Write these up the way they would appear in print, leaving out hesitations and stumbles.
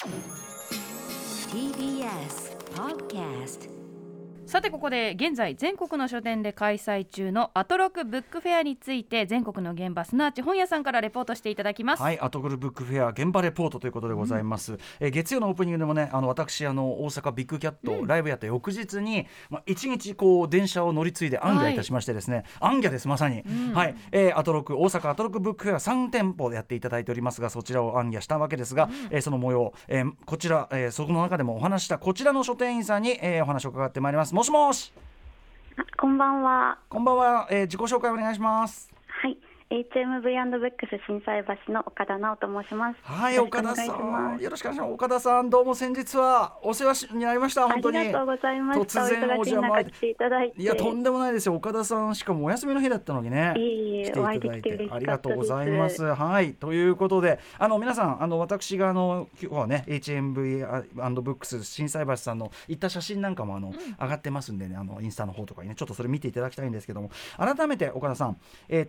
TBS Podcast。 さてここで現在全国の書店で開催中のアトロクブックフェアについて全国の現場すなわち本屋さんからレポートしていただきます。 はい、アトロクブックフェア現場レポートということでございます、月曜のオープニングでもね私大阪ビッグキャット、ライブやった翌日に、1日こう電車を乗り継いでアンギャいたしましてですね、アンギャですまさに、はい、アトロク大阪アトロクブックフェア3店舗でやっていただいておりますが、そちらをアンギャしたわけですが、その模様、こちら、その中でもお話したこちらの書店員さんに、お話を伺ってまいります。もしもし。 こんばんは。 こんばんは、自己紹介お願いします。 はい、HMV&BOOKS 心斎橋の岡田直と申します。 はい、岡田さんよろしくお願いします。岡田さんどうも先日はお世話になりました。本当にありがとうございました。 突然お邪魔していただいて。 いやとんでもないですよ。岡田さんしかもお休みの日だったのにね、来ていただいてありがとうございます。はい、ということで皆さん私が今日はね HMV&BOOKS 心斎橋さんの行った写真なんかも上がってますんでね、インスタの方とかにねちょっとそれ見ていただきたいんですけども、改めて岡田さん、はい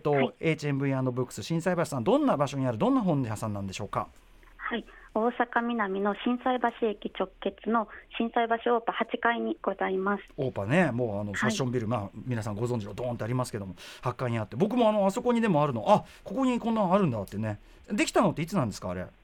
、HMV&BOOKS 心斎橋さんどんな場所にあるどんな本屋さんなんでしょうか。 はい、大阪南の心斎橋駅直結の心斎橋オーパ8階にございます。 オーパね、もうファッションビル、皆さんご存知のドーンってありますけども8階にあって、僕もあそこにでもあるの、ここにこんなのあるんだってね。できたのっていつなんですかあれ。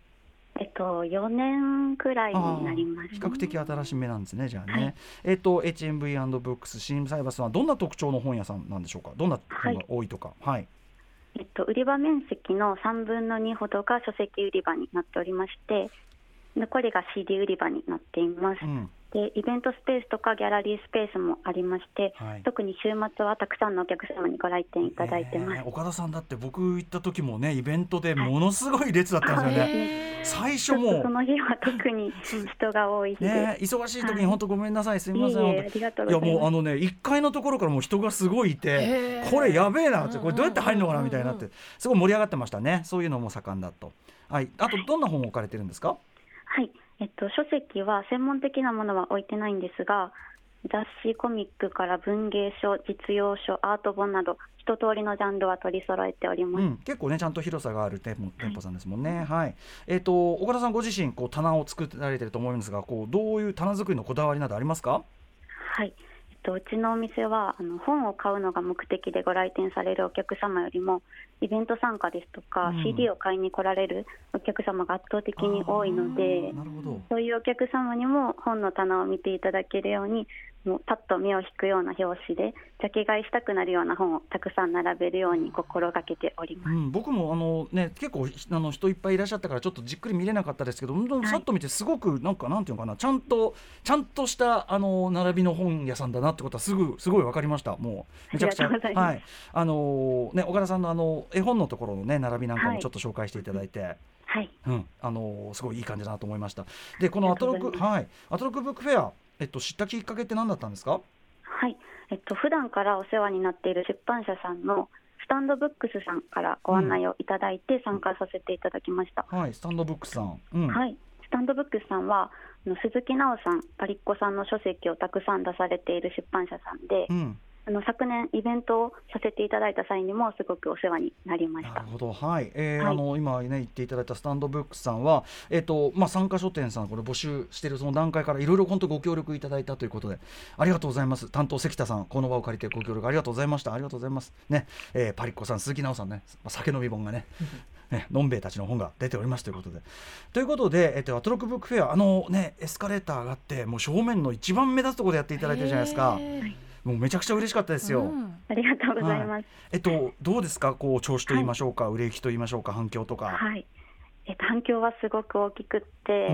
4年くらいになります。 比較的新しめなんですね。じゃあね、 はい、 HMV&BOOKS 心斎橋さんはどんな特徴の本屋さんなんでしょうか。どんな本が多いとか。はい、 売り場面積の3分の2ほどが書籍売り場になっておりまして、残りが CD 売り場になっています。でイベントスペースとかギャラリースペースもありまして、はい、特に週末はたくさんのお客様にご来店いただいてます。 岡田さんだって僕行った時もねイベントでものすごい列だったんですよね、最初もその日は特に人が多い日で、 忙しい時に本当ごめんなさい、すみません。 ありがとうございます。 いやもう1階のところからもう人がすごいいて、これやべえなって、これどうやって入るのかなみたいになってすごい盛り上がってましたね。そういうのも盛んだと。はい、あとどんな本を置かれてるんですか。 はい、書籍は専門的なものは置いてないんですが、雑誌コミックから文芸書、実用書、アート本など一通りのジャンルは取り揃えております。 結構ねちゃんと広さがある店舗さんですもんね。はい、岡田さんご自身棚を作られてると思いますが、どういう棚作りのこだわりなどありますか。 はい、うちのお店は本を買うのが目的でご来店されるお客様よりもイベント参加ですとか、CD を買いに来られるお客様が圧倒的に多いので、そういうお客様にも本の棚を見ていただけるように、もうパッと目を引くような表紙でジャケ買いしたくなるような本をたくさん並べるように心がけております。 僕も結構人いっぱいいらっしゃったからちょっとじっくり見れなかったですけど、さっと見てすごくなんていうのかな、ちゃんとした並びの本屋さんだなってことはすごい分かりました。もうめちゃくちゃ、はい、岡田さんの絵本のところのね並びなんかもちょっと紹介していただいて、 はい、 すごいいい感じだなと思いました。でこのアトロクブックフェア、知ったきっかけって何だったんですか。 はい、普段からお世話になっている出版社さんのスタンドブックスさんからご案内をいただいて参加させていただきました。 はい、スタンドブックスさん、 はい、スタンドブックスさんは鈴木奈緒さん、パリッコさんの書籍をたくさん出されている出版社さんで、昨年イベントをさせていただいた際にもすごくお世話になりました。 なるほど、はい、今ね言っていただいたスタンドブックスさんは、参加書店さんこれ募集しているその段階からいろいろ本当ご協力いただいたということでありがとうございます。担当関田さん、この場を借りてご協力ありがとうございました。ありがとうございますね。パリッコさん、鈴木奈緒さんね、酒飲み本がねのんべえたちの本が出ておりますということで、アトロクブックフェアエスカレーター上がってもう正面の一番目立つところでやっていただいてるじゃないですか。もうめちゃくちゃ嬉しかったですよ。 ありがとうございます。 どうですか、調子と言いましょうか、売れ行きと言いましょうか、反響とか。 はい、反響はすごく大きくって、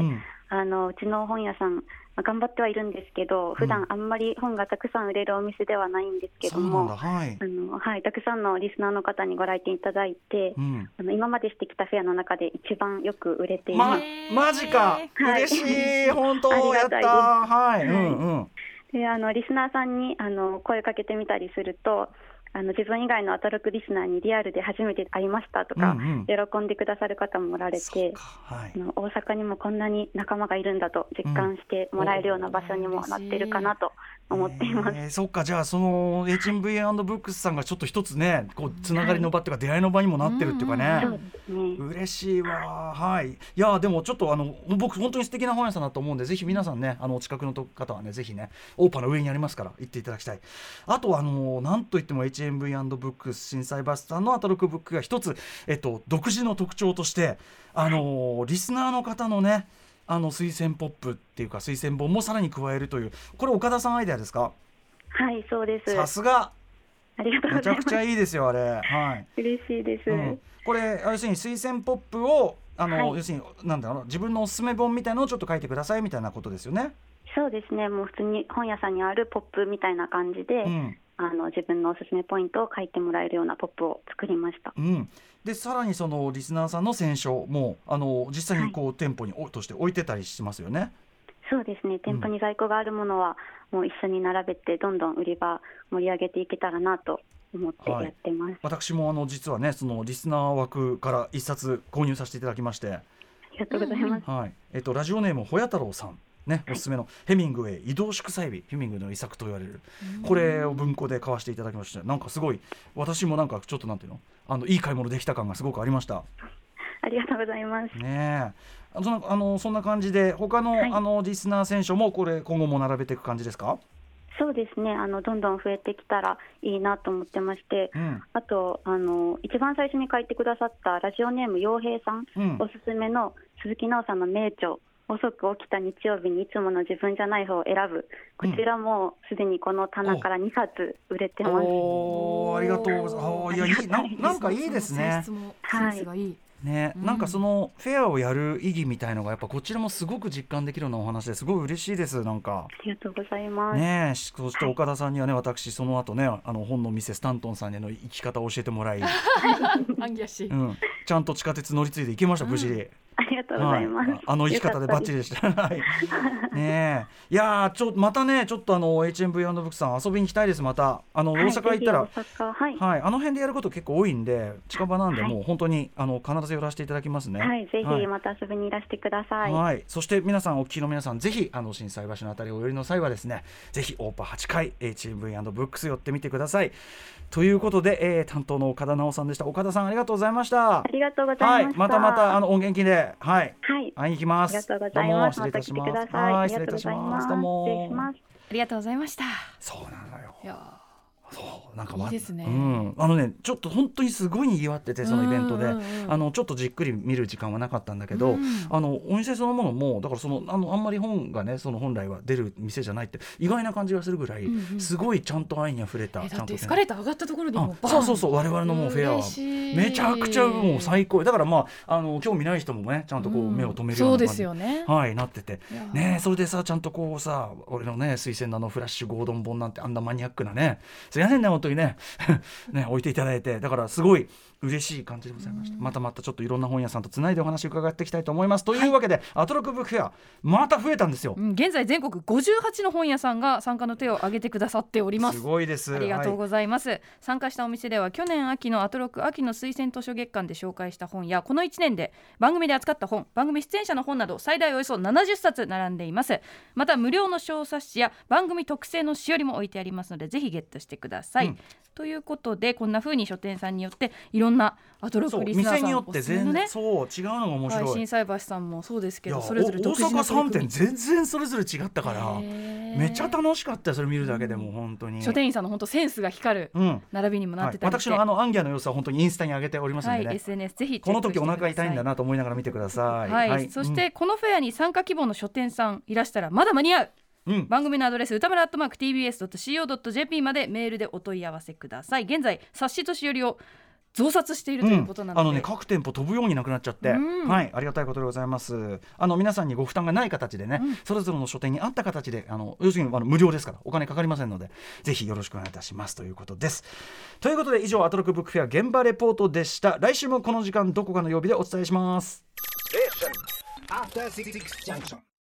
うちの本屋さん頑張ってはいるんですけど、普段あんまり本がたくさん売れるお店ではないんですけども、たくさんのリスナーの方にご来店いただいて、今までしてきたフェアの中で一番よく売れています。 マジか、嬉しい、本当やったー。でリスナーさんに声をかけてみたりすると、 自分以外のアトロクリスナーにリアルで初めて会いましたとか、喜んでくださる方もおられて、大阪にもこんなに仲間がいるんだと実感してもらえるような場所にもなってるかなと思っています。 そっか、じゃあその HMV&BOOKS さんがちょっと一つね、こうつながりの場っていうか、出会いの場にもなってるっていうかね、 そうですね、 嬉しいわ。はい、いやでもちょっと僕本当に素敵な本屋さんだと思うんで、ぜひ皆さんね、お近くの方はね、ぜひね、オーパーの上にありますから行っていただきたい。あとなんといっても HMV&BOOKS 心斎橋さんのアトロックブックが一つ、独自の特徴としてリスナーの方のね、推薦ポップっていうか推薦本もさらに加えるという、これ岡田さんアイデアですか？ はい、そうです。 さすが、 ありがとうございます。 めちゃくちゃいいですよあれ、はい、 嬉しいです、 これ要するに推薦ポップを要するになんだろう、自分のおすすめ本みたいなのをちょっと書いてくださいみたいなことですよね。 そうですね、もう普通に本屋さんにあるポップみたいな感じで、自分のおすすめポイントを書いてもらえるようなポップを作りました。 でさらにそのリスナーさんの選書も実際にこう、店舗にとして置いてたりしますよね。 そうですね、店舗に在庫があるものはもう一緒に並べてどんどん売り場盛り上げていけたらなと思ってやってます。 私も実はね、そのリスナー枠から一冊購入させていただきまして、 ありがとうございます。 ラジオネームほや太郎さんね、おすすめのヘミングウェイ移動祝祭日、ヘミングウェイの遺作と言われる、これを文庫で買わせていただきまして、なんかすごい私もなんかちょっとなんていうの、いい買い物できた感がすごくありました。 ありがとうございますね。そんな感じで他の、リスナー選手もこれ今後も並べていく感じですか？ そうですね、どんどん増えてきたらいいなと思ってまして、あと一番最初に書いてくださったラジオネーム陽平さん、おすすめの鈴木奈緒さんの名著遅く起きた日曜日にいつもの自分じゃない方を選ぶ、こちらもすでにこの棚から2冊売れてます。 ありがとうございます。いや、なんかいいですね。ね、なんかそのフェアをやる意義みたいのがやっぱこちらもすごく実感できるようなお話ですごい嬉しいです。なんかありがとうございます、 ね、そして岡田さんにはね、私その後ね本の店スタントンさんへの生き方を教えてもらいちゃんと地下鉄乗り継いで行きました、無事に。 ありがとうございます、 生き方でバッチリでしたね。いやまたね、ちょっとHMV&BOOKS さん遊びに行きたいです。また大阪行ったら、あの辺でやること結構多いんで、近場なんでもう本当に必ず寄らせていただきますね。 ぜひまた遊びにいらしてください。 そして皆さん、お聞きの皆さん、ぜひ心斎橋のあたりをお寄りの際はですね、ぜひオーパー8階 HMV&BOOKS 寄ってみてください。ということで、担当の岡田直さんでした。岡田さん、ありがとうございました。 ありがとうございました。 またお元気で、会いに行きます。 ありがとうございます。 どうも失礼いたします。 また来てください。 失礼いたします。どうも。 ありがとうございました。 そうなのよ。 いや、 そうなんかいいですね。 ちょっと本当にすごい賑わってて、そのイベントでちょっとじっくり見る時間はなかったんだけど、お店そのものもだからあんまり本がね、その本来は出る店じゃないって意外な感じがするぐらい、すごいちゃんと愛にあふれた。 だってエスカレーター上がったところにもバーン、 そう我々のもうフェアはめちゃくちゃもう最高だから、興味ない人もね、ちゃんとこう目を留めるような感じになっててね。それでさ、ちゃんとこうさ、俺のね推薦のフラッシュゴードン本なんてあんなマニアックなね、すいませんね本当にね置いていただいて、だからすごい嬉しい感じでございました。またちょっといろんな本屋さんとつないでお話を伺っていきたいと思います。というわけで、アトロックブックフェアまた増えたんですよ。 現在全国58の本屋さんが参加の手を挙げてくださっております。 すごいです。 ありがとうございます、参加したお店では去年秋のアトロック秋の推薦図書月間で紹介した本や、この1年で番組で扱った本、番組出演者の本など最大およそ70冊並んでいます。また無料の小冊子や番組特製のしおりも置いてありますので、ぜひゲットしてください、ということで、こんな風に書店さんによっていろんなアトロックリスナーさん店によって全然そう違うのが面白い。 心斎橋さんもそうですけど、それぞれ独自の大阪3店全然それぞれ違ったから、めっちゃ楽しかったよ。それ見るだけでも本当に、 書店員さんの本当センスが光る並びにもなってたりして、 私のアンギャの様子は本当にインスタに上げておりますのでね、 SNS ぜひこの時お腹痛いんだなと思いながら見てください。 そしてこのフェアに参加希望の書店さんいらしたらまだ間に合う。番組のアドレス歌村@tbs.co.jp までメールでお問い合わせください。現在冊子としおりを増刷しているということなので、 各店舗飛ぶようになくなっちゃって、ありがたいことでございます。皆さんにご負担がない形でね、それぞれの書店に合った形で要するに無料ですからお金かかりませんので、ぜひよろしくお願いいたしますということです。ということで、以上アトロックブックフェア現場レポートでした。来週もこの時間どこかの曜日でお伝えします。